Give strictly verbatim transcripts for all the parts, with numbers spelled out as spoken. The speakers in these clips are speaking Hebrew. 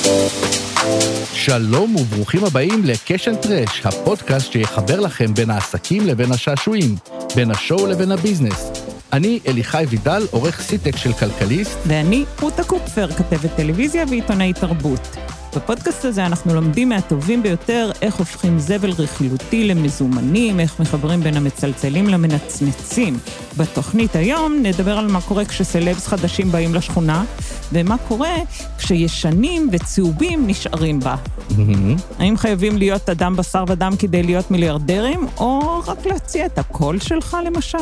שלום וברוכים הבאים לקשן טרש, הפודקאסט שיחבר לכם בין העסקים לבין השעשועים, בין השואו לבין הביזנס. אני אליחי וידל, עורך סיטק של כלכליסט. ואני רותה קופפר, כתבת טלוויזיה ועיתונאי תרבות. בפודקאסט הזה אנחנו לומדים מהטובים ביותר איך הופכים זבל רכילותי למזומנים, איך מחברים בין המצלצלים למנצנצים. בתוכנית היום נדבר על מה קורה כשסלבס חדשים באים לשכונה, ומה קורה כשישנים וצהובים נשארים בה. האם חייבים להיות אדם בשר ודם כדי להיות מיליארדרים, או רק להציע את הקול שלך למשל?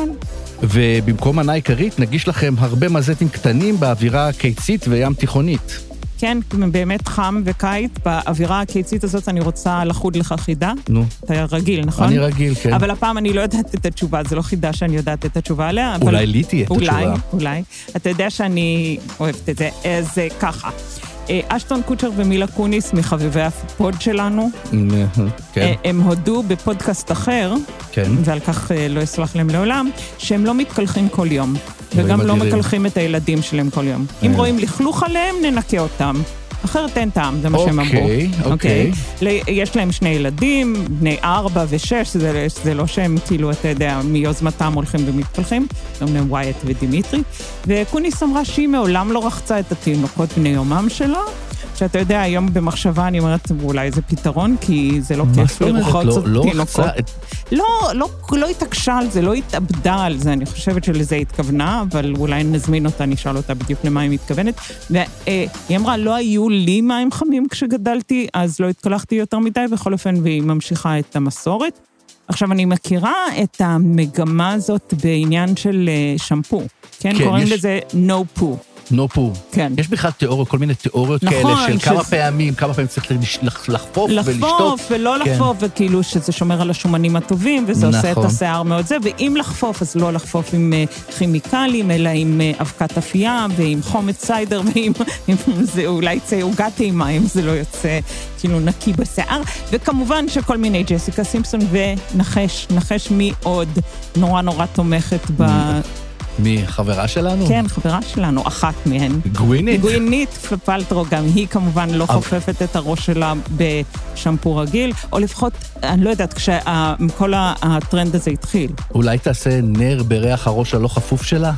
ובמקום מנה עיקרית נגיש לכם הרבה מזטים קטנים באווירה קיצית וים תיכונית. כן, באמת חם וקיץ, באווירה הקיצית הזאת אני רוצה לחוד לך חידה. נו. אתה רגיל, נכון? אני רגיל, כן. אבל הפעם אני לא יודעת את התשובה, זה לא חידה שאני יודעת את התשובה עליה. אולי לי תהיה את התשובה. אולי, אולי. אתה יודע שאני אוהבת את זה, אז ככה. אשטון קוצ'ר ומילה קוניס מחביבי הפוד שלנו, כן. הם הודו בפודקאסט אחר, כן. ועל כך לא אסלח להם לעולם, שהם לא מתקלחים כל יום, וגם לא מקלחים את הילדים שלהם כל יום. אם רואים לכלוך עליהם, ננקה אותם. אחרת אין טעם, זה מה שהם אמרו. אוקיי, אוקיי. יש להם שני ילדים, בני ארבע ושש, זה, זה לא שהם כאילו, אתה יודע, מיוזמתם הולכים ומתקלחים, גם להם ווייט ודימיטרי, וקוניס אמרה שהיא מעולם לא רחצה את התינוקות בני יומם שלו, שאתה יודע, היום במחשבה אני אומרת, אולי זה פתרון, כי זה לא כיף לרחוץ את תינוקות. לא, לא, לא התעקשה על זה, לא התאבדה על זה, אני חושבת שלזה התכוונה, אבל אולי נזמין אותה, נשאל אותה בדיוק למה היא מתכוונת, והיא אמרה, לא היו לי מים חמים כשגדלתי, אז לא התקלחתי יותר מדי, בכל אופן, והיא ממשיכה את המסורת. עכשיו, אני מכירה את המגמה הזאת בעניין של שמפו, כן? כן, קוראים יש... לזה no poo. נו פו. כן. יש בכלל תיאוריות, כל מיני תיאוריות נכון, כאלה של ש... כמה פעמים, כמה פעמים צריך לחפוף ולשתות. לחפוף ולא כן. לחפוף, וכאילו שזה שומר על השומנים הטובים, וזה נכון. עושה את השיער מאוד זה, ואם לחפוף, אז לא לחפוף עם כימיקלים, אלא עם אבקת אפייה, ועם חומץ סיידר, ועם זה אולי יצא עוגת טעימה, אם זה לא יוצא כאילו נקי בשיער, וכמובן שכל מיני ג'סיקה סימפסון ונחש, נחש מי עוד נורא נורא תומכת ב... מי? חברה שלנו? כן, חברה שלנו, אחת מהן. גווינית? גווינית פלפלטרו, גם היא כמובן לא חופפת את הראש שלה בשמפו רגיל, או לפחות, אני לא יודעת, כשכל הטרנד הזה התחיל. אולי תעשה נר בריח הראש הלא חפוף שלה?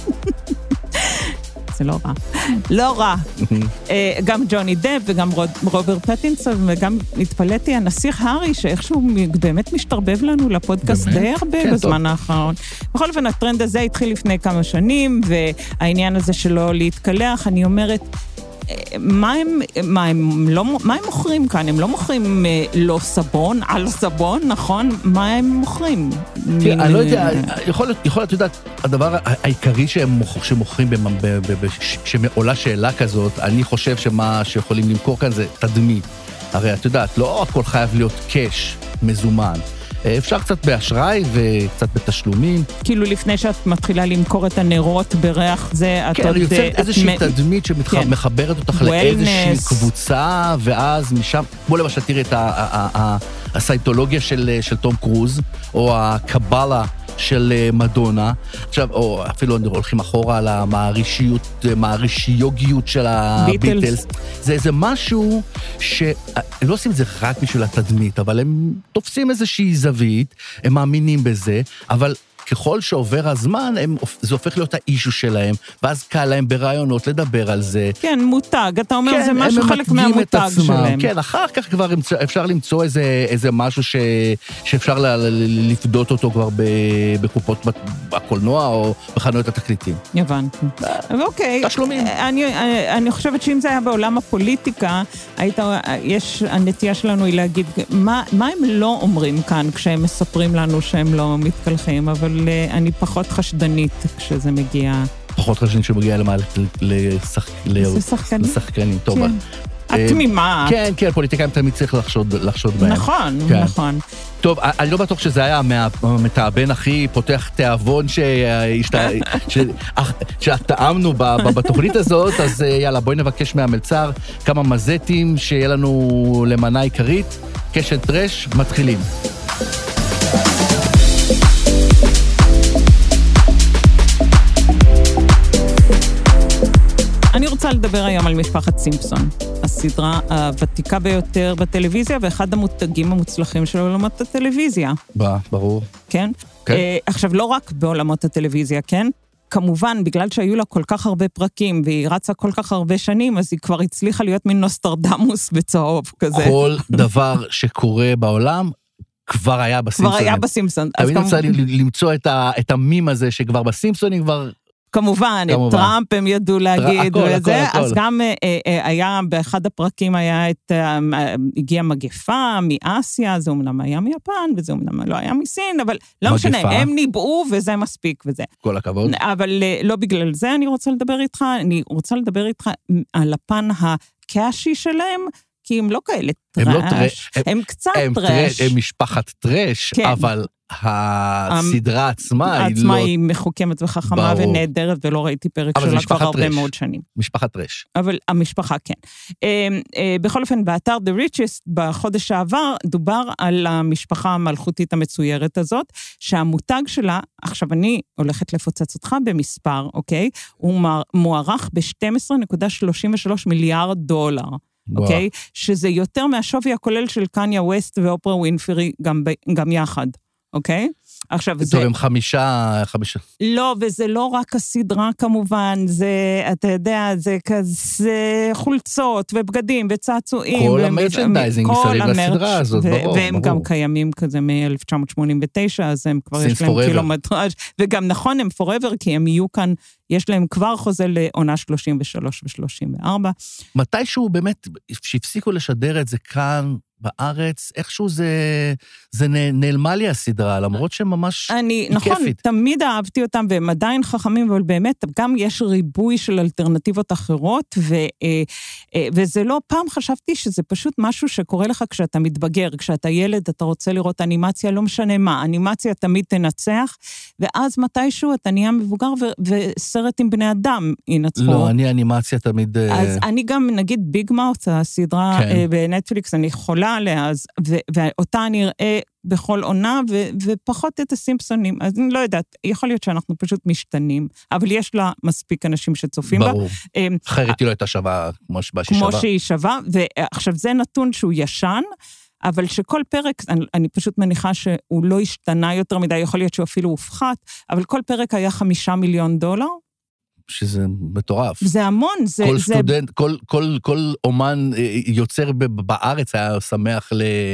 זה לא רע. לא רע. גם ג'וני דב וגם רוברט פטינסון, וגם התפלאתי, הנסיך הארי, שאיכשהו באמת משתרבב לנו לפודקאסט די הרבה בזמן האחרון. בכל אופן, הטרנד הזה התחיל לפני כמה שנים, והעניין הזה שלא להתקלח, אני אומרת, מה הם, מה הם, לא, מה הם מוכרים כאן? הם לא מוכרים לא סבון, על סבון, נכון? מה הם מוכרים? תראה, אני לא יודע, יכול להיות, יכול להיות, יודעת, הדבר העיקרי שהם שמוכרים, שמעולה שאלה כזאת, אני חושב שמה שיכולים למכור כאן זה תדמית. הרי את יודעת, לא הכל חייב להיות קש, מזומן. אפשר קצת באשראי וקצת בתשלומים. כאילו לפני שאת מתחילה למכור את הנרות בריח זה, את כן, עוד... יוצאת איזושהי תדמית שמחברת אותך לאיזושהי קבוצה, ואז משם, בוא למשל תראי את הסייטולוגיה של תום קרוז, או הקבלה של מדונה, עכשיו, או אפילו הולכים אחורה על המערישיוגיות של הביטלס. זה איזה משהו שלא עושים את זה רק בשביל התדמית, אבל הם תופסים איזושהי זווית, הם מאמינים בזה, אבל ככל שעובר הזמן, הם, זה הופך להיות האישו שלהם, ואז קל להם ברעיונות לדבר על זה. כן, מותג, אתה אומר, כן, זה משהו חלק מהמותג שלהם. כן, אחר כך כבר אפשר למצוא איזה, איזה משהו ש, שאפשר לפדות אותו כבר בקופות הקולנוע, או בחנויות התקליטים. הבנתי. אוקיי. תשלומים. אני, אני חושבת שאם זה היה בעולם הפוליטיקה, היית, יש, הנטייה שלנו היא להגיד, מה, מה הם לא אומרים כאן, כשהם מספרים לנו שהם לא מתקלחים, אבל אני פחות חשדנית כשזה מגיע... פחות חשדנית שמגיע למה? לשחקנים. טוב. התמימה. כן, כן, פוליטיקאים תמיד צריך לחשוד בהם. נכון, נכון. טוב, אני לא בטוח שזה היה המתאבן הכי פותח תיאבון שטעמנו בתוכנית הזאת, אז יאללה, בואי נבקש מהמלצר כמה מזטים שיהיה לנו למנה עיקרית. קשן טרש, מתחילים. אני רוצה לדבר היום על משפחת סימפסון, הסדרה הוותיקה ביותר בטלוויזיה, ואחד המותגים המוצלחים של עולמות הטלוויזיה. בא, ברור. כן? כן. עכשיו, לא רק בעולמות הטלוויזיה, כן? כמובן, בגלל שהיו לה כל כך הרבה פרקים, והיא רצה כל כך הרבה שנים, אז היא כבר הצליחה להיות מין נוסטרדמוס בצהוב כזה. כל דבר שקורה בעולם, כבר היה בסימפסונים. כבר היה בסימפסון. תמיד רוצה למצוא את המים הזה, שכבר בסימפסונים כבר... כמובן, את טראמפ הם ידעו להגיד, וזה, אז גם היה, באחד הפרקים היה את, הגיעה מגפה מאסיה, זה אומנם היה מיפן, וזה אומנם לא היה מסין, אבל לא משנה, הם ניבאו וזה מספיק וזה. כל הכבוד. אבל לא בגלל זה אני רוצה לדבר איתך, אני רוצה לדבר איתך על הפן הקאשי שלהם, כי הם לא כאלה טרש, הם קצת טרש. הם משפחת טרש, אבל... הסדרה עצמה היא לא... העצמה היא מחוכמת וחכמה ונהדרת, ולא ראיתי פרק שלה כבר הרבה מאוד שנים. משפחת טרש. אבל המשפחה כן. בכל אופן, באתר The Richest, בחודש העבר, דובר על המשפחה המלכותית המצוירת הזאת, שהמותג שלה, עכשיו אני הולכת לפוצץ אותך במספר, אוקיי? הוא מוערך ב-שתים עשרה נקודה שלושים ושלוש מיליארד דולר. אוקיי? שזה יותר מהשווי הכולל של קניה ווסט ואופרה ווינפרי גם יחד. אוקיי? עכשיו זה... טוב, הם חמישה, חמישה. לא, וזה לא רק הסדרה כמובן, זה, אתה יודע, זה כזה חולצות ובגדים וצעצועים. כל המרצ'נדייזינג מסביב לסדרה הזאת, ברור. והם גם קיימים כזה מ-אלף תשע מאות שמונים ותשע, אז הם כבר יש להם קילומטראז', וגם נכון, הם forever, כי הם יהיו כאן, יש להם כבר חוזה לעונה שלושים ושלוש ו-שלושים וארבע. מתישהו באמת, שהפסיקו לשדר את זה כאן, בארץ, איכשהו זה, זה נעלמה לי הסדרה, למרות שממש אני, נכון, כיפית. תמיד אהבתי אותם, והם עדיין חכמים, אבל באמת, גם יש ריבוי של אלטרנטיבות אחרות, ו, וזה לא, פעם חשבתי שזה פשוט משהו שקורה לך כשאתה מתבגר, כשאתה ילד, אתה רוצה לראות אנימציה, לא משנה מה, אנימציה תמיד תנצח, ואז מתישהו אתה נהיה מבוגר, ו, וסרט עם בני אדם ינצחו. לא, אני אנימציה תמיד... אז אני גם, נגיד, ביג מאוס, הסדרה כן. בנטפליקס, אני חולה עליה, אז, ו, ואותה אני אראה בכל עונה, ו, ופחות את הסימפסונים. אז אני לא יודעת, יכול להיות שאנחנו פשוט משתנים, אבל יש לה מספיק אנשים שצופים בה. ברור. אחרת היא לא הייתה שווה כמו שהיא שווה. כמו שהיא שווה, ועכשיו זה נתון שהוא ישן, אבל שכל פרק, אני, אני פשוט מניחה שהוא לא השתנה יותר מדי, יכול להיות שהוא אפילו הופחת, אבל כל פרק היה חמישה מיליון דולר, שזה מטורף. זה המון. זה, כל זה... סטודנט, כל, כל, כל אומן יוצר בארץ היה שמח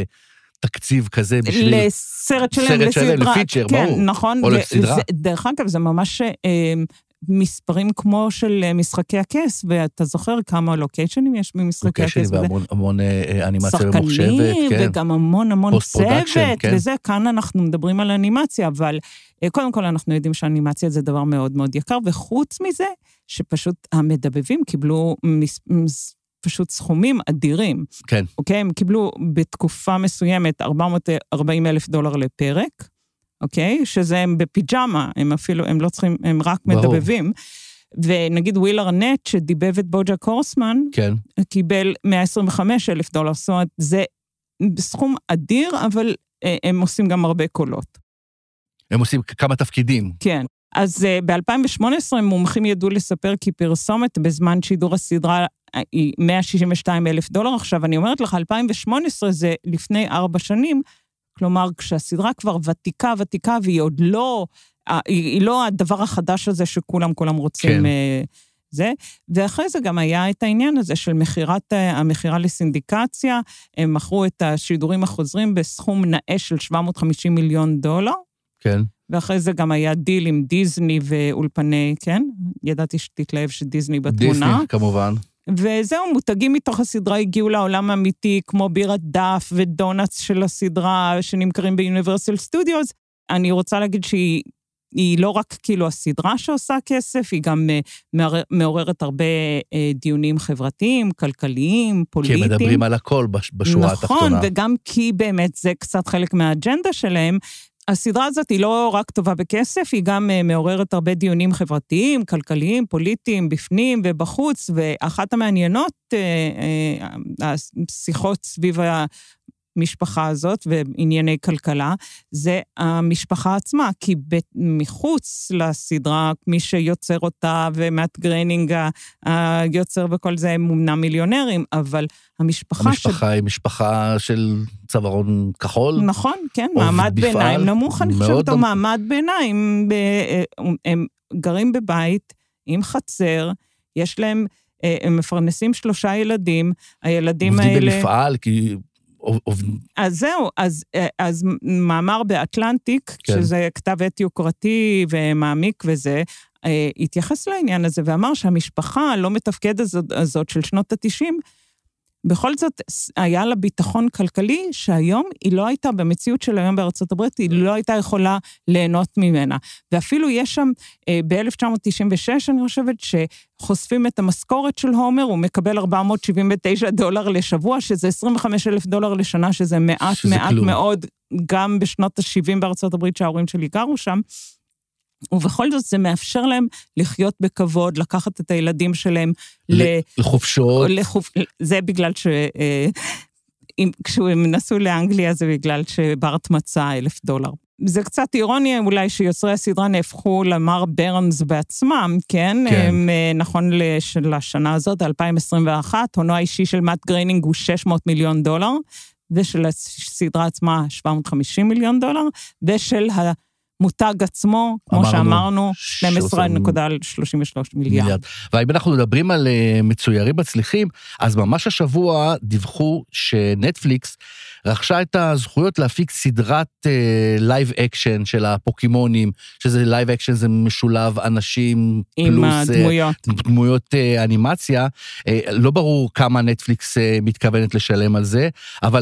לתקציב כזה בשביל... לסרט שלם, סרט שלם, לפיצ'ר, כן, ברור. נכון. או לסדרה. וזה, דרך אגב, זה ממש אה, מספרים כמו של משחקי הכס, ואתה זוכר כמה לוקיישנים יש במשחקי הכס. לוקיישנים והמון המון אנימציה ומוחשבת. שחקנים, כן. וגם המון המון צוות, כן. וזה, כאן אנחנו מדברים על אנימציה, אבל... קודם כל אנחנו יודעים שהאנימציה זה דבר מאוד מאוד יקר, וחוץ מזה, שפשוט המדבבים קיבלו מס, מס, פשוט סכומים אדירים. כן. אוקיי? הם קיבלו בתקופה מסוימת ארבע מאות וארבעים אלף דולר לפרק, אוקיי? שזה הם בפיג'מה, הם אפילו, הם לא צריכים, הם רק ברור. מדבבים. ונגיד וויל ארנט, שדיבב את בוג'ק הורסמן, כן. קיבל מאה עשרים וחמישה אלף דולר, זאת אומרת, זה סכום אדיר, אבל הם עושים גם הרבה קולות. הם עושים כמה תפקידים. כן. אז ב-אלפיים ושמונה עשרה מומחים ידעו לספר כי פרסומת בזמן שידור הסדרה היא מאה שישים ושתיים אלף דולר. עכשיו, אני אומרת לך, אלפיים ושמונה עשרה זה לפני ארבע שנים, כלומר, כשהסדרה כבר ותיקה, ותיקה, והיא עוד לא, היא לא הדבר החדש הזה שכולם, כולם רוצים כן. זה. ואחרי זה גם היה את העניין הזה של מחירת, המחירה לסינדיקציה, הם מכרו את השידורים החוזרים בסכום נאה של שבע מאות וחמישים מיליון דולר, כן. ואחרי זה גם היה דיל עם דיזני ואולפני, כן? ידעתי שתתלהב שדיזני בתמונה. דיזני, כמובן. וזהו, מותגים מתוך הסדרה הגיעו לעולם האמיתי, כמו בירת דף ודונאטס של הסדרה שנמכרים ביוניברסל סטודיוס. אני רוצה להגיד שהיא היא לא רק כאילו הסדרה שעושה כסף, היא גם מעורר, מעוררת הרבה דיונים חברתיים, כלכליים, פוליטיים. כי הם מדברים על הכל בשורה נכון, התחתונה. נכון, וגם כי באמת זה קצת חלק מהאג'נדה שלהם, הסדרה הזאת היא לא רק טובה בכסף, היא גם מעוררת הרבה דיונים חברתיים, כלכליים, פוליטיים, בפנים ובחוץ, ואחת המעניינות, השיחות סביב המשפחה הזאת וענייני כלכלה, זה המשפחה עצמה, כי מחוץ לסדרה, מי שיוצר אותה ומאט גריינינג היוצר וכל זה, הם מומנם מיליונרים, אבל המשפחה... המשפחה היא משפחה של צווארון כחול. נכון, כן, מעמד ביניים נמוך, אני חושבת, או מעמד ביניים, הם גרים בבית עם חצר, יש להם, הם מפרנסים שלושה ילדים, הילדים האלה... עובדים במפעל, כי... אז זהו, אז, אז מאמר באטלנטיק, כן. שזה כתב עת יוקרתי ומעמיק וזה, התייחס לעניין הזה ואמר שהמשפחה הלא מתפקדת הזאת, הזאת של שנות ה-תשעים, בכל זאת היה לה ביטחון כלכלי, שהיום היא לא הייתה, במציאות של היום בארצות הברית, היא לא הייתה יכולה ליהנות ממנה. ואפילו יש שם, ב-אלף תשע מאות תשעים ושש, אני חושבת, שחושפים את המשכורת של הומר, הוא מקבל ארבע מאות שבעים ותשע דולר לשבוע, שזה עשרים וחמישה אלף דולר לשנה, שזה מעט מעט כלום. מאוד, גם בשנות ה-שבעים בארצות הברית, שההורים שלי גרו שם, ובכל זאת זה מאפשר להם לחיות בכבוד, לקחת את הילדים שלהם לחופשות. לחופ... זה בגלל ש... כשהם נסעו לאנגליה זה בגלל שברט מצא אלף דולר. זה קצת אירוניה אולי שיוצרי הסדרה נהפכו למר ברנס בעצמם, כן? כן. הם, נכון לשנה הזאת, אלפיים עשרים ואחת, הונו האישי של מאט גריינינג הוא שש מאות מיליון דולר, ושל הסדרה עצמה שבע מאות וחמישים מיליון דולר, ושל ה... מותג עצמו, כמו שאמרנו, שתים עשרה נקודה שלושים ושלושה מיליארד. ואם אנחנו מדברים על מצוירים מצליחים, אז ממש השבוע דיווחו שנטפליקס רכשה את הזכויות להפיק סדרת לייב אקשן של הפוקימונים, שזה לייב אקשן זה משולב אנשים עם הדמויות. דמויות אנימציה, לא ברור כמה נטפליקס מתכוונת לשלם על זה, אבל...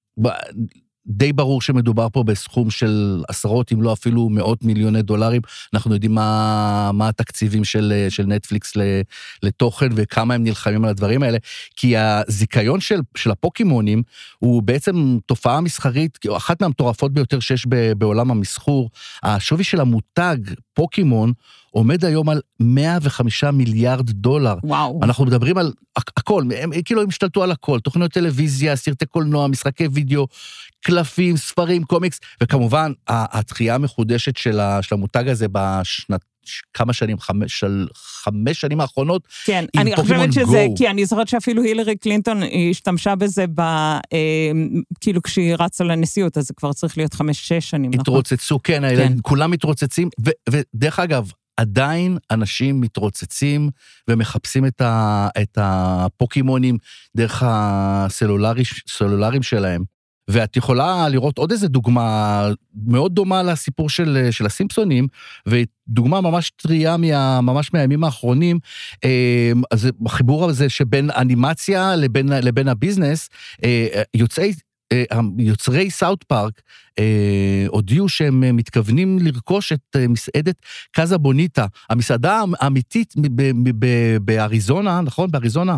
די ברור שמדובר פה בסכום של עשרות, אם לא אפילו מאות מיליוני דולרים. אנחנו יודעים מה, מה התקציבים של, של נטפליקס לתוכן, וכמה הם נלחמים על הדברים האלה, כי הזיכיון של, של הפוקימונים, הוא בעצם תופעה מסחרית, אחת מהמטורפות ביותר שיש בעולם המסחור. השווי של המותג פוקימון, עומד היום על מאה וחמישה מיליארד דולר. וואו. אנחנו מדברים על הכל, הם כאילו הם השתלטו על הכל, תוכניות טלוויזיה, סרטי קולנוע, משחקי וידאו, קלפים, ספרים, קומיקס, וכמובן, התחייה המחודשת של המותג הזה בשנת, כמה שנים, חמש, של חמש שנים האחרונות, כן, אני חושבת שזה, כי אני זוכרת שאפילו הילרי קלינטון השתמשה בזה, ב, אה, כאילו כשהיא רצה לנשיאות, אז זה כבר צריך להיות חמש, שש שנים, נכון? התרוצצו, כן, כן. כולם מתרוצצים, ו, ודרך אגב, עדיין אנשים מתרוצצים ומחפשים את, ה, את הפוקימונים דרך הסלולרים שלהם. ואת יכולה לראות עוד איזו דוגמה מאוד דומה לסיפור של, של הסימפסונים, ודוגמה ממש טריה מה, ממש מהימים האחרונים, אז החיבור הזה שבין אנימציה לבין, לבין הביזנס, יוצאי, יוצרי סאוט פארק, הודיעו שהם מתכוונים לרכוש את מסעדת קאזה בוניטה, המסעדה האמיתית באריזונה, נכון? באריזונה,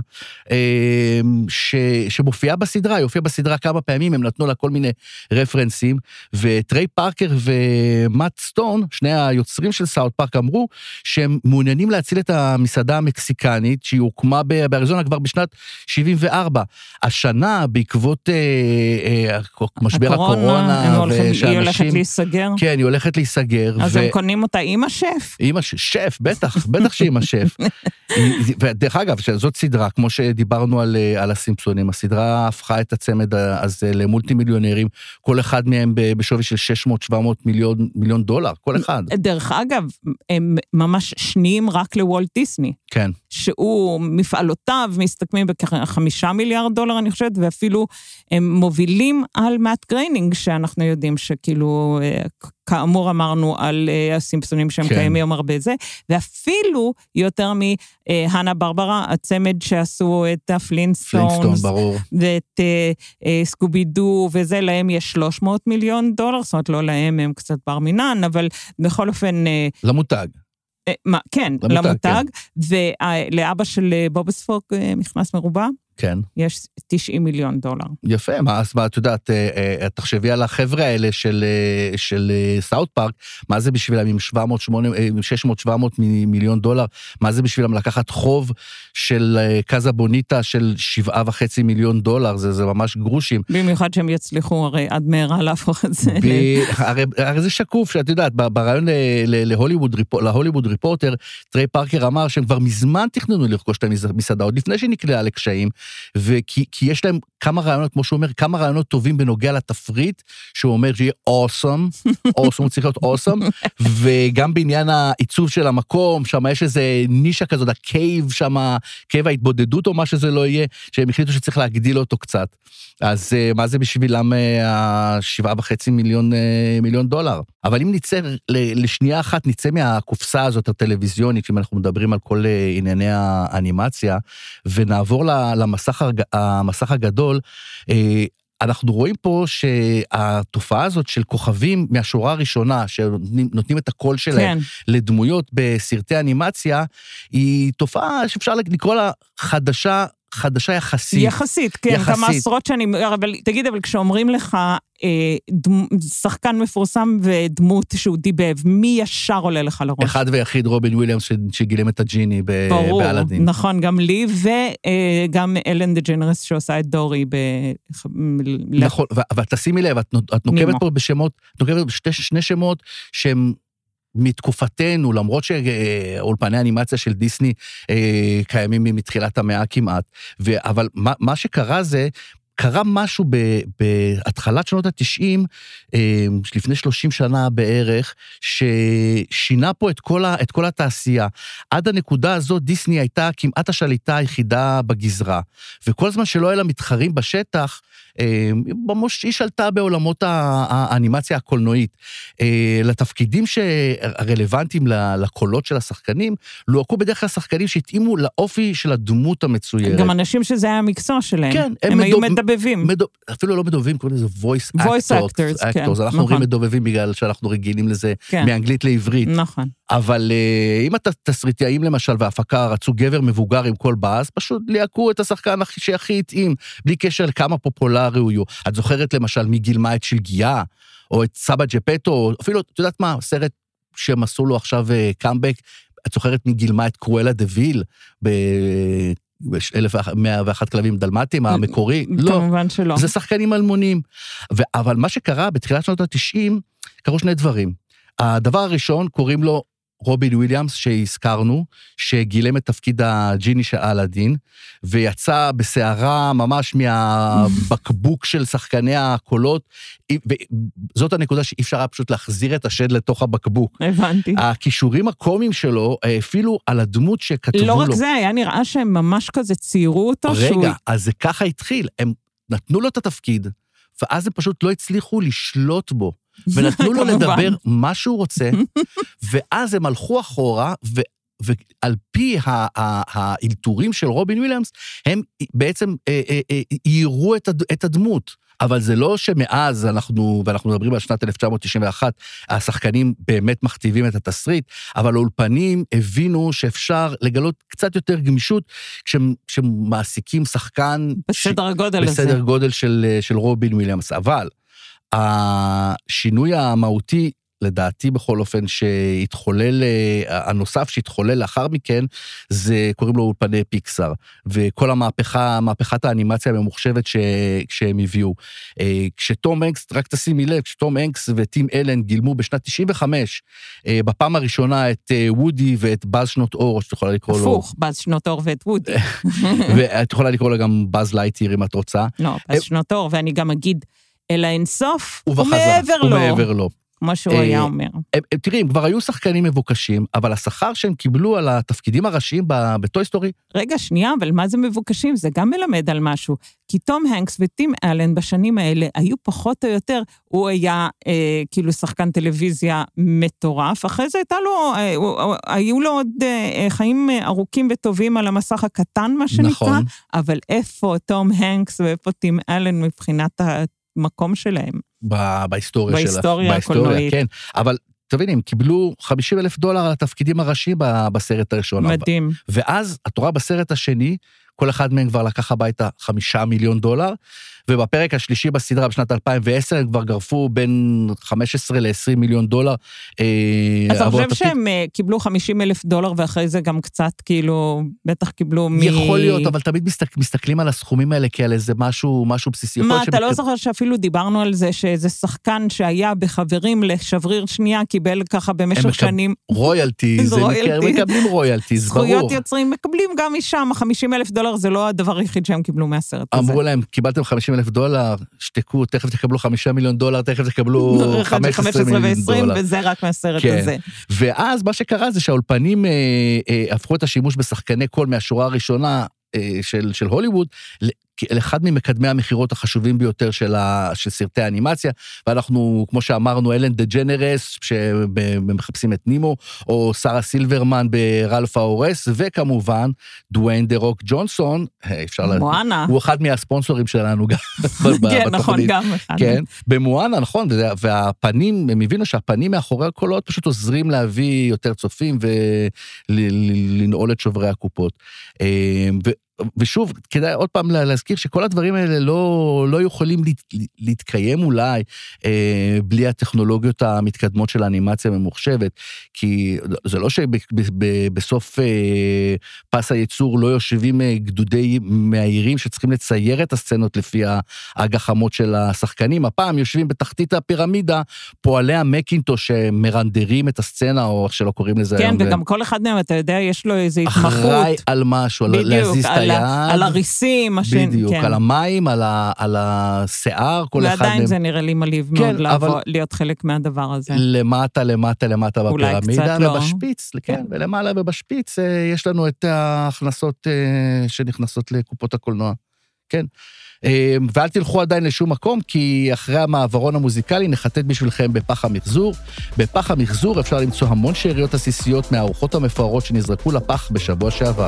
שמופיעה בסדרה, היא הופיעה בסדרה כמה פעמים, הם נתנו לה כל מיני רפרנסים, וטריי פארקר ומאט סטון, שני היוצרים של סאוט פארק, אמרו שהם מעוניינים להציל את המסעדה המקסיקנית, שהיא הוקמה באריזונה כבר בשנת שבעים וארבע. השנה, בעקבות משבר הקורונה, היא הולכת להיסגר. כן, היא הולכת להיסגר. אז הם קונים אותה עם השף? עם השף, בטח, בטח שעם השף. ודרך אגב, זאת סדרה, כמו שדיברנו על הסימפסונים, הסדרה הפכה את הצמד הזה למולטי מיליונרים, כל אחד מהם בשווי של שש מאות שבע מאות מיליון דולר, כל אחד. דרך אגב, הם ממש שניים רק לוולט דיסני. כן. שהוא מפעלותיו מסתכמים בכחמישה מיליארד דולר, אני חושבת, ואפילו הם מובילים על מאט גריינינג, שאנחנו יודעים שכאילו, כאמור אמרנו על הסימפסונים שהם כן. קיימים הרבה זה, ואפילו יותר מהנה ברברה, הצמד שעשו את הפלינסטונס, ברור. ואת סקובידו, וזה להם יש שלוש מאות מיליון דולר, זאת אומרת לא להם, הם קצת בר מינן, אבל בכל אופן... למותג. מה, כן, למותג, כן. ולאבא של בובספוג מכנס מרובע, כן. יש תשעים מיליון דולר. יפה, מה, אז מה, את יודעת, תחשבי על החבר'ה האלה של, של סאוט פארק, מה זה בשבילם עם שבע מאות שמונים, שש מאות שבע מאות מיליון דולר, מה זה בשבילם לקחת חוב של קאזה בוניטה של שבעה וחצי מיליון דולר, זה, זה ממש גרושים. במיוחד שהם יצליחו הרי עד מהרה להפוך את זה. ב... הרי, הרי זה שקוף, שאת יודעת, ברעיון להוליווד, להוליווד ריפורטר, טריי פארקר אמר שהם כבר מזמן תכננו לרכוש את המסעדה, עוד לפני שנקלעה לקשיים, וכי, כי יש להם כמה רעיונות, כמו שהוא אומר, כמה רעיונות טובים בנוגע לתפריט, שהוא אומר שיהיה awesome, awesome, הוא צריך להיות awesome, וגם בעניין העיצוב של המקום, שם יש איזה נישה כזאת, הקייב שם, קייב ההתבודדות או מה שזה לא יהיה, שהם החליטו שצריך להגדיל אותו קצת. אז מה זה בשבילם השבעה וחצי מיליון, מיליון דולר? אבל אם נצא לשנייה אחת, נצא מהקופסה הזאת הטלוויזיונית, אם אנחנו מדברים על כל ענייני האנימציה, ונעבור למסך, המסך הגדול, אנחנו רואים פה שהתופעה הזאת של כוכבים מהשורה הראשונה, שנותנים את הקול שלהם כן. לדמויות בסרטי אנימציה, היא תופעה שאפשר לקרוא לה חדשה, חדשה יחסית. יחסית, כן, יחסית. כמה עשרות שנים, אבל תגיד, אבל כשאומרים לך, אה, דמ, שחקן מפורסם ודמות שהוא דיבב, מי ישר עולה לך לראש? אחד ויחיד רובין וויליאמס שגילם את הג'יני ב- ברור, באלאדין. נכון, גם לי, וגם אלן דה ג'נרס שעושה את דורי ב... נכון, ותשימי לב, את, את נוקבת פה בשמות, את נוקבת בשני שני שמות שהם... מתקופתנו, למרות שאולפני האנימציה של דיסני אה, קיימים מתחילת המאה כמעט, ו, אבל מה, מה שקרה זה, קרה משהו ב, בהתחלת שנות התשעים, אה, לפני שלושים שנה בערך, ששינה פה את כל, ה, את כל התעשייה. עד הנקודה הזאת דיסני הייתה כמעט השליטה היחידה בגזרה, וכל זמן שלא היה לה מתחרים בשטח, ממש היא שלטה בעולמות האנימציה הקולנועית. לתפקידים שרלוונטיים לקולות של השחקנים, לוהקו בדרך כלל שחקנים שהתאימו לאופי של הדמות המצוירת. גם אנשים שזה היה המקצוע שלהם. כן. הם, הם היו מדובבים. מדוב, אפילו לא מדובבים, קוראים לזה voice actors. voice actors, actors. כן. אנחנו אומרים מדובבים בגלל שאנחנו רגילים לזה כן. מאנגלית לעברית. נכון. אבל אם אתה תסריטאים למשל והפקה רצו גבר מבוגר עם כל באז, פשוט ליעקו את השחקן שהכי התאים, בלי קשר לכמה פופולרי הוא יהיו. את זוכרת למשל מי גילמה את שלגיה, או את סבא ג'פטו, או אפילו, את יודעת מה, סרט שהם עשו לו עכשיו קאמבק, את זוכרת מי גילמה את קרואלה דה ויל, ב-אלף מאה ואחת כלבים דלמטיים, המקורי? לא. כמובן שלא. זה שחקנים אלמונים. אבל מה שקרה בתחילת שנות ה-תשעים, קרו שני דברים. הדבר הראשון, קוראים לו רובין וויליאמס, שהזכרנו, שגילם את תפקיד הג'יני של אלאדין, ויצא בסערה ממש מהבקבוק של שחקני הקולות, וזאת הנקודה שאי אפשר פשוט להחזיר את השד לתוך הבקבוק. הבנתי. הכישורים הקומיים שלו, אפילו על הדמות שכתבו לו. לא רק זה, היה נראה שהם ממש כזה ציירו אותו. רגע, שהוא... אז זה ככה התחיל, הם נתנו לו את התפקיד, ואז הם פשוט לא הצליחו לשלוט בו. ונתנו לו לדבר מה שהוא רוצה, ואז הם הלכו אחורה, ו, ועל פי האלתורים של רובין וויליאמס, הם בעצם יירו את הדמות. אבל זה לא שמאז אנחנו, ואנחנו מדברים על שנת אלף תשע מאות תשעים ואחת, השחקנים באמת מכתיבים את התסריט, אבל האולפנים הבינו שאפשר לגלות קצת יותר גמישות, כשמעסיקים שחקן... בסדר הגודל הזה. בסדר גודל של, של רובין וויליאמס. אבל... השינוי המהותי, לדעתי בכל אופן, שהתחולל, הנוסף שהתחולל לאחר מכן, זה קוראים לו אולפני פיקסאר, וכל המהפכה, מהפכת האנימציה הממוחשבת ש, שהם הביאו. כשתום הנקס, רק תשימי לב, כשתום הנקס וטים אלן גילמו בשנת תשעים וחמש, בפעם הראשונה את וודי ואת באז שנות אור, שאת יכולה לקרוא לו... הפוך, באז שנות אור ואת וודי. ואת יכולה לקרוא לו גם באז לייטיר, אם את רוצה. לא, באז שנות אור, ואני גם אגיד, אלא אינסוף, ומעבר לו. ומעבר לו. כמו שהוא היה אומר. תראי, הם כבר היו שחקנים מבוקשים, אבל השכר שהם קיבלו על התפקידים הראשיים בטוי סטורי... רגע, שנייה, אבל מה זה מבוקשים? זה גם מלמד על משהו. כי תום הנקס וטים אלן בשנים האלה היו פחות או יותר, הוא היה אה, כאילו שחקן טלוויזיה מטורף, אחרי זה הייתה לו, אה, היו לו עוד אה, חיים ארוכים וטובים על המסך הקטן, מה שנקרא, נכון. אבל איפה תום הנקס ואיפה טים אלן מבחינת המקום שלהם? בהיסטוריה שלה. בהיסטוריה הקולנועית. כן, אבל תביני, הם קיבלו חמישים אלף דולר על התפקידים הראשיים בסרט הראשון. מדהים. ואז, את רואה בסרט השני, כל אחד מהם כבר לקח הביתה חמישה מיליון דולר, ובפרק השלישי בסדרה בשנת אלפיים ועשר, הם כבר גרפו בין חמש עשרה ל-עשרים מיליון דולר. אז אני חושב שהם קיבלו חמישים אלף דולר, ואחרי זה גם קצת, כאילו, בטח קיבלו מ... יכול להיות, אבל תמיד מסתכלים על הסכומים האלה, כי על איזה משהו, משהו בסיסי. מה, אתה לא זוכר שאפילו דיברנו על זה, שאיזה שחקן שהיה בחברים לשבריר שנייה, קיבל ככה במשך שנים... רויאלטיז, הם מקבלים רויאלטיז, ברור. זכויות יוצרים מקבלים גם משם, חמישים אלף דולר זה לא הדבר היחיד שהם קיבלו מהסרט הזה. אמרו להם, קיבלתם חמישים אלף דולר, שתקו, תכף תקבלו חמישה מיליון דולר, תכף תקבלו חמש עשרה מיליון דולר. וזה רק מהסרט הזה. ואז מה שקרה זה שהאולפנים הפכו את השימוש בשחקני קול מהשורה הראשונה של, של הוליווד, לאחד ממקדמי המחירות החשובים ביותר של, ה, של סרטי האנימציה, ואנחנו, כמו שאמרנו, אלן דה ג'נרס, שמחפשים את נימו, או שרה סילברמן ברלף ההורס, וכמובן, דוויין דה רוק ג'ונסון, אפשר לה... מואנה. הוא אחד מהספונסורים שלנו גם. כן, נכון, גם אחד. כן, במואנה, נכון, והפנים, הם הבינו שהפנים מאחורי הקולות פשוט עוזרים להביא יותר צופים, ולנעול את שוברי הקופות. ו... ושוב, כדאי עוד פעם להזכיר שכל הדברים האלה לא, לא יכולים להת, להתקיים אולי אה, בלי הטכנולוגיות המתקדמות של האנימציה הממוחשבת, כי זה לא שבסוף אה, פס הייצור לא יושבים גדודי מהירים שצריכים לצייר את הסצנות לפי הגחמות של השחקנים, הפעם יושבים בתחתית הפירמידה, פועלי המקינטוש שמרנדרים את הסצנה, או איך שלא קוראים לזה כן, היום. וגם ו... כל אחד מהם, אתה יודע, יש לו איזו התמחות. אחראי על משהו, בדיוק, להזיז את היד. על הריסים. בדיוק, כן. על המים, על, ה, על השיער, כל אחד... ועדיין זה נראה לי מליב כן, מאוד לעבור, אבל... להיות חלק מהדבר הזה. למטה, למטה, למטה בפירמידה, לא. ובשפיץ, כן, כן, ולמעלה ובשפיץ, יש לנו את ההכנסות שנכנסות לקופות הקולנוע. כן. ואל תלכו עדיין לשום מקום, כי אחרי המעברון המוזיקלי נחטט בשבילכם בפח המחזור. בפח המחזור אפשר למצוא המון שאריות עסיסיות מהארוחות המפוארות שנזרקו לפח בשבוע שעבר.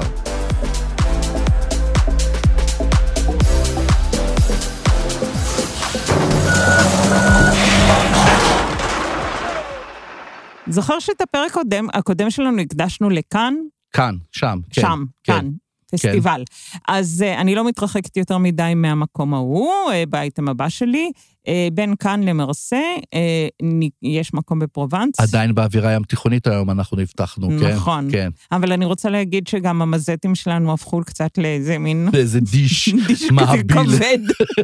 זוכר שאת הפרק הקודם, הקודם שלנו הקדשנו לכאן? כאן, שם, כן. שם, כן. כאן. פסטיבל. כן. אז uh, אני לא מתרחקת יותר מדי מהמקום ההוא, uh, באייטם הבא שלי, uh, בין כאן למרסה, uh, יש מקום בפרובנס. עדיין באווירה ים תיכונית היום אנחנו נבטחנו, כן? נכון. כן. אבל אני רוצה להגיד שגם המזטים שלנו הפכו קצת לאיזה מין... לאיזה דיש, דיש כזה כבד.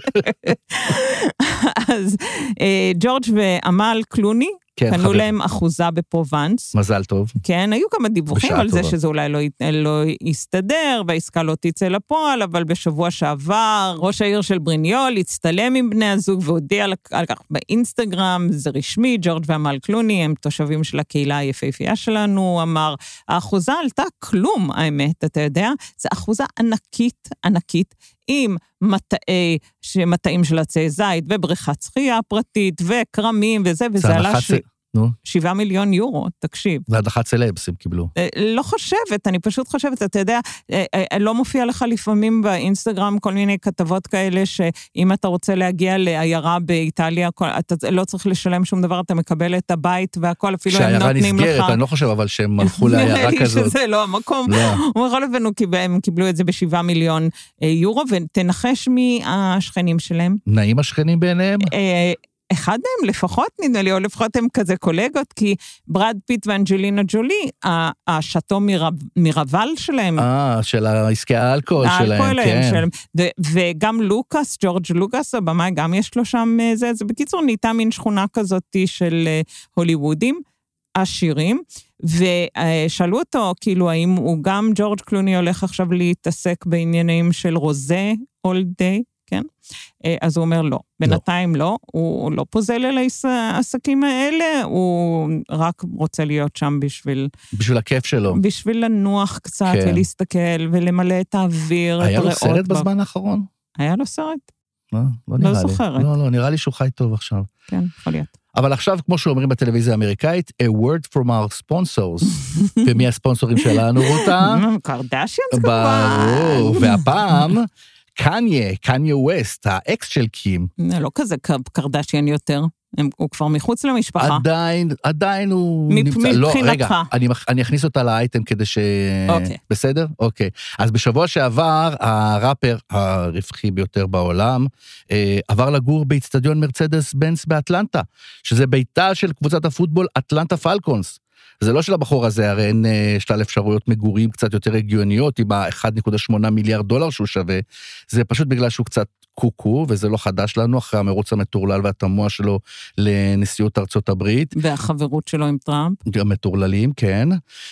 אז uh, ג'ורג' ואמל קלוני, כן, קנו חבר. להם אחוזה בפרובנס. מזל טוב. כן, היו כמה דיווחים על טובה. זה שזה אולי לא, לא יסתדר, והעסקה לא תצא לפועל, אבל בשבוע שעבר, ראש העיר של בריניול הצטלם עם בני הזוג, והודיע על כך באינסטגרם, זה רשמי, ג'ורג' ואמל קלוני, הם תושבים של הקהילה היפהפייה שלנו, אמר, האחוזה עלתה כלום, האמת, אתה יודע, זה אחוזה ענקית, ענקית, עם מטעי, מטעים של עצי זית, ובריכת שחייה פרטית, וקרמים וזה, וזה עלה ש... נו. שבעה מיליון יורו, תקשיב. זה הדחת סלבס, הם קיבלו. לא חושבת, אני פשוט חושבת, אתה יודע, לא מופיע לך לפעמים באינסטגרם כל מיני כתבות כאלה, שאם אתה רוצה להגיע לעיירה באיטליה, אתה לא צריך לשלם שום דבר, אתה מקבל את הבית והכל, אפילו הם נותנים לך... שהעיירה נסגרת, אני לא חושב, אבל שהם הלכו לעיירה כזאת. שזה לא המקום. ובכל אופן, הם קיבלו את זה בשבעה מיליון יורו, ותנחש מי השכנים שלהם. נעים השכנים בעיניהם? אחד מהם לפחות, נדמה לי, או לפחות הם כזה קולגות, כי ברד פיט ואנג'לינה ג'ולי, השאטו מרוול שלהם. אה, של העסקי האלכוהול שלהם, כן. שלהם. וגם לוקאס, ג'ורג' לוקאס, הבמאי, גם יש לו שם זה, זה בקיצור נהייתה מין שכונה כזאת של הוליוודים, עשירים, ושאלו אותו, כאילו, האם הוא גם ג'ורג' קלוני הולך עכשיו להתעסק בעניינים של רוזה, all day, כן? אז הוא אומר לא, בינתיים לא, הוא לא פוזל אל העסקים האלה, הוא רק רוצה להיות שם בשביל... בשביל הכיף שלו. בשביל לנוח קצת ולהסתכל ולמלא את האוויר. היה לו סרט בזמן האחרון? היה לו סרט? לא, לא נראה לי. לא זוכרת. לא, לא, נראה לי שהוא חי טוב עכשיו. כן, יכול להיות. אבל עכשיו, כמו שאומרים בטלוויזיה האמריקאית, a word from our sponsors. ומי הספונסורים שלנו, רותה? קרדשיאנס כמובן. ברור, והפעם... קניה, קניה ווסט, האקס של קים. לא כזה קרדשיאן יותר. הוא כבר מחוץ למשפחה. עדיין, עדיין הוא נמצא. מבחינתך. לא, רגע, אני, אני אכניס אותה לאייטם כדי ש... אוקיי. בסדר? אוקיי. אז בשבוע שעבר, הראפר הרווחי ביותר בעולם, עבר לגור באצטדיון מרצדס בנץ באטלנטה, שזה ביתה של קבוצת הפוטבול אטלנטה פלקונס. זה לא של הבחור הזה, הרי אין שלל אפשרויות מגורים קצת יותר הגיוניות, עם ה-אחד נקודה שמונה מיליארד דולר שהוא שווה, זה פשוט בגלל שהוא קצת קוקו, וזה לא חדש לנו, אחרי המרוץ המטורלל והתמוע שלו לנשיאות ארצות הברית. והחברות שלו עם טראמפ. המטורללים, כן.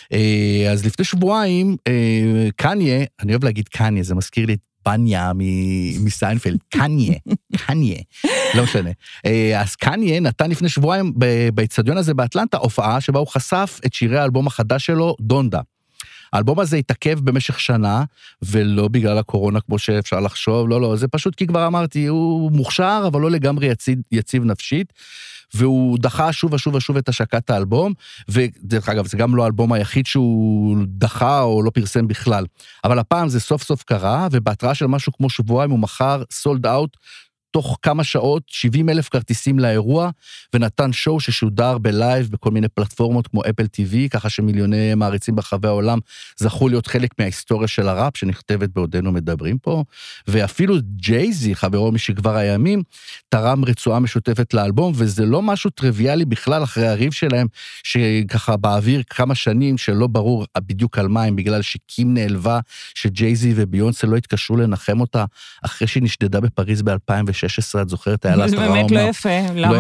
אז לפני שבועיים, קניה, אני אוהב להגיד קניה, זה מזכיר לי בניה מסיינפלד, קניה, קניה, לא משנה. אז קניה נתן לפני שבועיים באצטדיון הזה באטלנטה, הופעה שבה הוא חשף את שירי האלבום החדש שלו, דונדה. האלבום הזה התעכב במשך שנה, ולא בגלל הקורונה כמו שאפשר לחשוב, לא, לא, זה פשוט כי כבר אמרתי, הוא מוכשר, אבל לא לגמרי יציב, יציב נפשית, והוא דחה שוב ושוב ושוב את השקת האלבום, ודרך אגב, זה גם לא האלבום היחיד שהוא דחה או לא פרסם בכלל, אבל הפעם זה סוף סוף קרה, ובהתראה של משהו כמו שבועיים הוא מחר סולד אאוט, תוך כמה שעות, שבעים אלף כרטיסים לאירוע, ונתן שואו ששודר בלייב בכל מיני פלטפורמות כמו אפל טי וי, ככה שמיליוני מעריצים ברחבי העולם זכו להיות חלק מההיסטוריה של הראפ, שנכתבת בעודנו מדברים פה, ואפילו ג'ייזי, חברו משכבר הימים, תרם רצועה משותפת לאלבום, וזה לא משהו טריוויאלי בכלל אחרי הריב שלהם, שככה באוויר כמה שנים, שלא ברור בדיוק על מה הם, בגלל שקים נעלבה, שג'ייזי וביונסה לא התקשרו לנחם אותה, אחרי שהיא נשדדה בפריז ב-אלפיים ושש עשרה, את זוכרת, היה לה זה באמת לא יפה,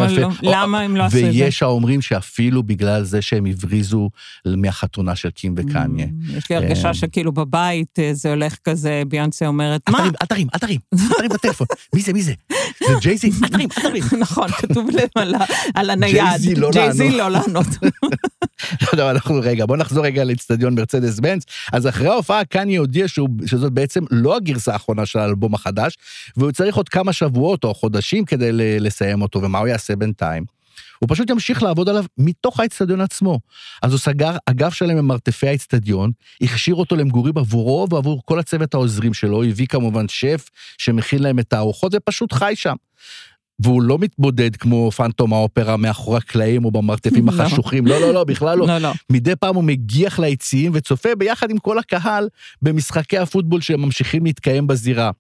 למה הם לא עשו את זה? ויש האומרים שאפילו בגלל זה שהם הבריזו מהחתונה של קים וקניה. יש לי הרגשה שכאילו בבית זה הולך כזה, ביונסה אומרת, מה? אל תרים, אל תרים, אל תרים בטלפון, מי זה, מי זה? זה ג'ייזי, אל תרים, אל תרים. נכון, כתוב להם על הנייד, ג'ייזי לא לענות. לא, אנחנו רגע, בוא נחזור רגע לאצטדיון מרצדס בנץ, אז אחרי ההופעה קניה הודיע שזאת בעצם לא הגרסה האחרונה של האלבום החדש, והוא צריך עוד כמה שבועות או חודשים כדי לסיים אותו, ומה הוא יעשה בינתיים? הוא פשוט ימשיך לעבוד עליו מתוך האצטדיון עצמו. אז הוא סגר אגף שלהם ממרתפי האצטדיון, הכשיר אותו למגורים עבורו ועבור כל הצוות העוזרים שלו, הביא כמובן שף שמכין להם את הארוחות, ופשוט חי שם. והוא לא מתבודד כמו פנטום האופרה מאחורי הקלעים או במרתפים החשוכים, לא, לא, לא, בכלל לא. מדי פעם הוא מגיח ליציעים וצופה ביחד עם כל הקהל במשחקי הפוטבול שממשיכים להתקיים בזירה.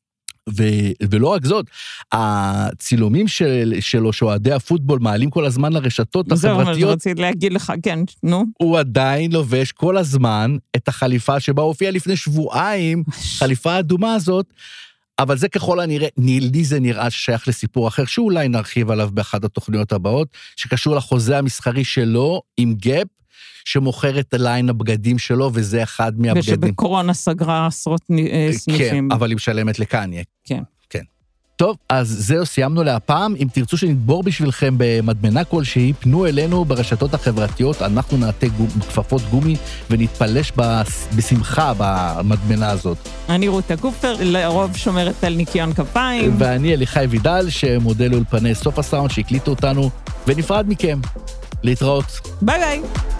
ו- ולא רק זאת, הצילומים של- שלו, שאוהדי הפוטבול מעלים כל הזמן לרשתות החברתיות. זהו, רציתי להגיד לך, כן, נו. הוא עדיין לובש כל הזמן את החליפה שבה הופיע לפני שבועיים, חליפה האדומה הזאת, אבל זה ככל הנראה, לי זה נראה ששייך לסיפור אחר, שאולי נרחיב עליו באחת התוכניות הבאות, שקשור לחוזה המסחרי שלו עם גאפ, שמוכר את ליין הבגדים שלו, וזה אחד מהבגדים. ושבקורונה סגרה עשרות סניפים. כן, אבל היא משלמת לקניה. כן. כן. טוב, אז זהו, סיימנו להפעם. אם תרצו שנדבור בשבילכם במדמנה כלשהי, פנו אלינו ברשתות החברתיות, אנחנו נעטה כפפות גומי, ונתפלש בשמחה במדמנה הזאת. אני רותה קופר, לרוב שומרת על ניקיון כפיים. ואני אליחי וידל, שמודל אולפני סוף הסאונד, שהקליטו אותנו, ונפרד מכם. להתראות. ביי ביי.